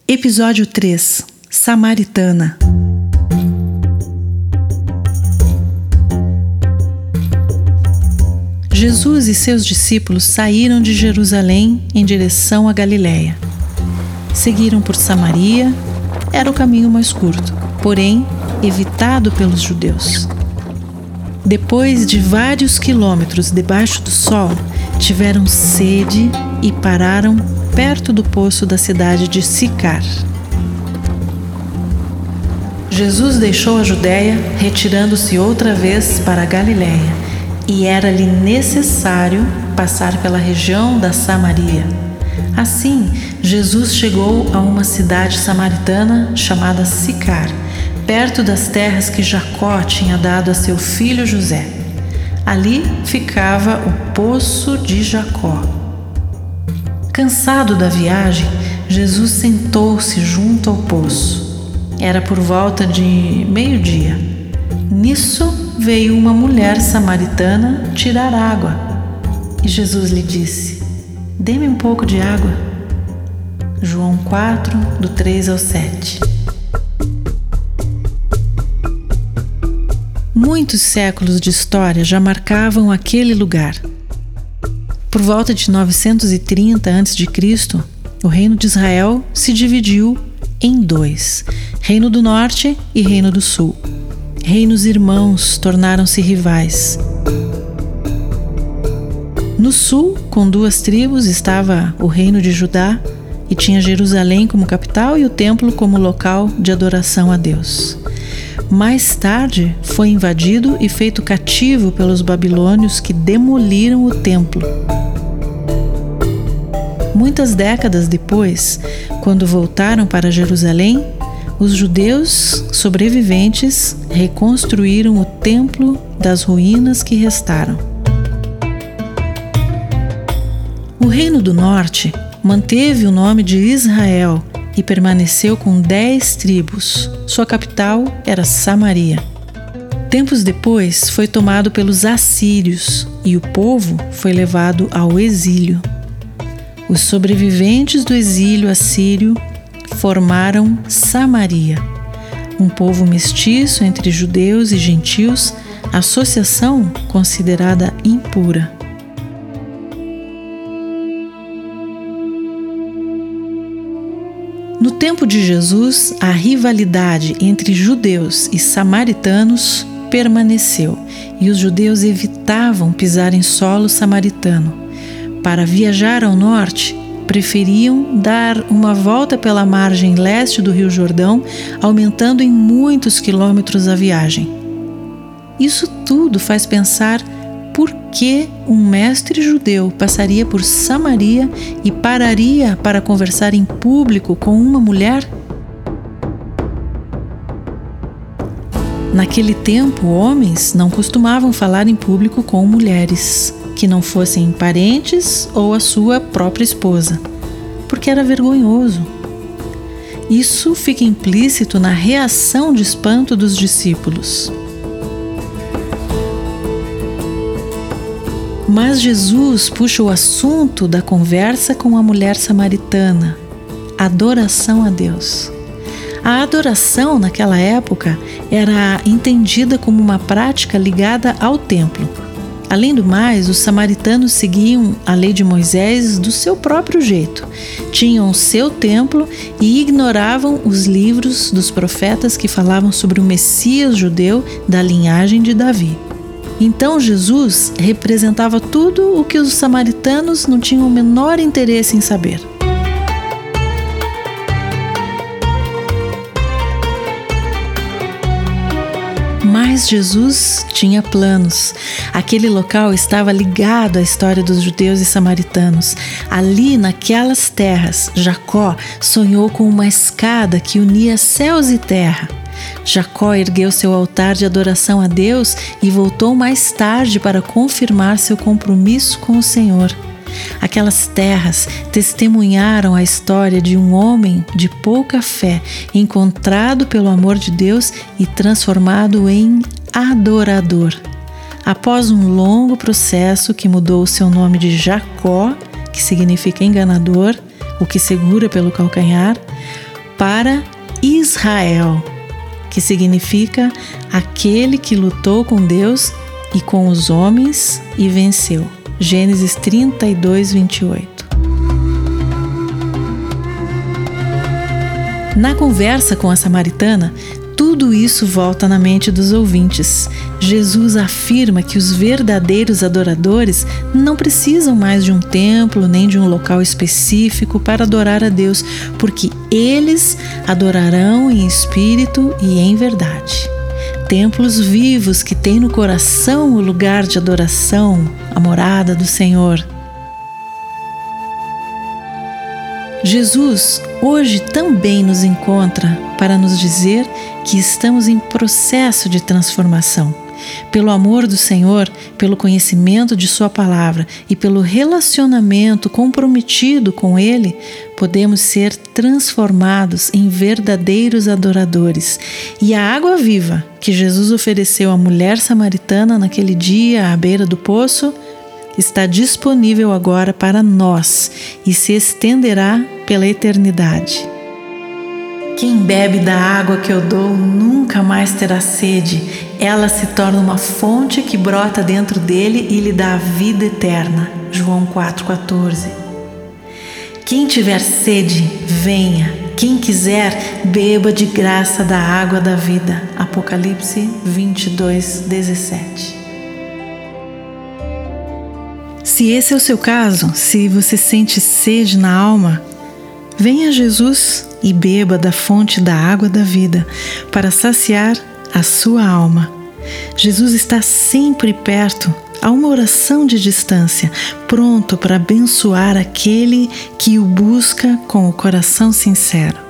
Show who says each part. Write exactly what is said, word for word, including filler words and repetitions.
Speaker 1: Episódio três. Samaritana. Jesus e seus discípulos saíram de Jerusalém em direção a Galiléia. Seguiram por Samaria, era o caminho mais curto, porém evitado pelos judeus. Depois de vários quilômetros debaixo do sol, tiveram sede e pararam perto do poço da cidade de Sicar. Jesus deixou a Judéia, retirando-se outra vez para a Galiléia, e era-lhe necessário passar pela região da Samaria. Assim, Jesus chegou a uma cidade samaritana chamada Sicar, perto das terras que Jacó tinha dado a seu filho José. Ali ficava o poço de Jacó. Cansado da viagem, Jesus sentou-se junto ao poço. Era por volta de meio-dia. Nisso veio uma mulher samaritana tirar água. E Jesus lhe disse: "Dê-me um pouco de água." João quatro, do três ao sete. Muitos séculos de história já marcavam aquele lugar. Por volta de novecentos e trinta antes de Cristo, o reino de Israel se dividiu em dois: Reino do Norte e Reino do Sul. Reinos irmãos tornaram-se rivais. No sul, com duas tribos, estava o reino de Judá e tinha Jerusalém como capital e o templo como local de adoração a Deus. Mais tarde, foi invadido e feito cativo pelos babilônios que demoliram o templo. Muitas décadas depois, quando voltaram para Jerusalém, os judeus sobreviventes reconstruíram o templo das ruínas que restaram. O Reino do Norte manteve o nome de Israel e permaneceu com dez tribos. Sua capital era Samaria. Tempos depois, foi tomado pelos assírios e o povo foi levado ao exílio. Os sobreviventes do exílio assírio formaram Samaria, um povo mestiço entre judeus e gentios, associação considerada impura. No tempo de Jesus, a rivalidade entre judeus e samaritanos permaneceu, e os judeus evitavam pisar em solo samaritano. Para viajar ao norte, preferiam dar uma volta pela margem leste do Rio Jordão, aumentando em muitos quilômetros a viagem. Isso tudo faz pensar por que um mestre judeu passaria por Samaria e pararia para conversar em público com uma mulher? Naquele tempo, homens não costumavam falar em público com mulheres que não fossem parentes ou a sua própria esposa, porque era vergonhoso. Isso fica implícito na reação de espanto dos discípulos. Mas Jesus puxa o assunto da conversa com a mulher samaritana: adoração a Deus. A adoração naquela época era entendida como uma prática ligada ao templo. Além do mais, os samaritanos seguiam a lei de Moisés do seu próprio jeito. Tinham o seu templo e ignoravam os livros dos profetas que falavam sobre o Messias judeu da linhagem de Davi. Então Jesus representava tudo o que os samaritanos não tinham o menor interesse em saber. Mas Jesus tinha planos. Aquele local estava ligado à história dos judeus e samaritanos. Ali, naquelas terras, Jacó sonhou com uma escada que unia céus e terra. Jacó ergueu seu altar de adoração a Deus e voltou mais tarde para confirmar seu compromisso com o Senhor. Aquelas terras testemunharam a história de um homem de pouca fé, encontrado pelo amor de Deus e transformado em adorador. Após um longo processo que mudou o seu nome de Jacó, que significa enganador, o que segura pelo calcanhar, para Israel, que significa aquele que lutou com Deus e com os homens e venceu. Gênesis trinta e dois, vinte e oito. Na conversa com a samaritana, tudo isso volta na mente dos ouvintes. Jesus afirma que os verdadeiros adoradores não precisam mais de um templo nem de um local específico para adorar a Deus, porque eles adorarão em espírito e em verdade. Templos vivos que têm no coração o lugar de adoração, a morada do Senhor. Jesus hoje também nos encontra para nos dizer que estamos em processo de transformação. Pelo amor do Senhor, pelo conhecimento de Sua palavra e pelo relacionamento comprometido com Ele, podemos ser transformados em verdadeiros adoradores. E a água viva que Jesus ofereceu à mulher samaritana naquele dia à beira do poço está disponível agora para nós e se estenderá pela eternidade. Quem bebe da água que eu dou nunca mais terá sede. Ela se torna uma fonte que brota dentro dele e lhe dá a vida eterna. João quatro, quatorze. Quem tiver sede, venha. Quem quiser, beba de graça da água da vida. Apocalipse vinte e dois, dezessete. Se esse é o seu caso, se você sente sede na alma, venha a Jesus e beba da fonte da água da vida para saciar a sua alma. Jesus está sempre perto, a uma oração de distância, pronto para abençoar aquele que o busca com o coração sincero.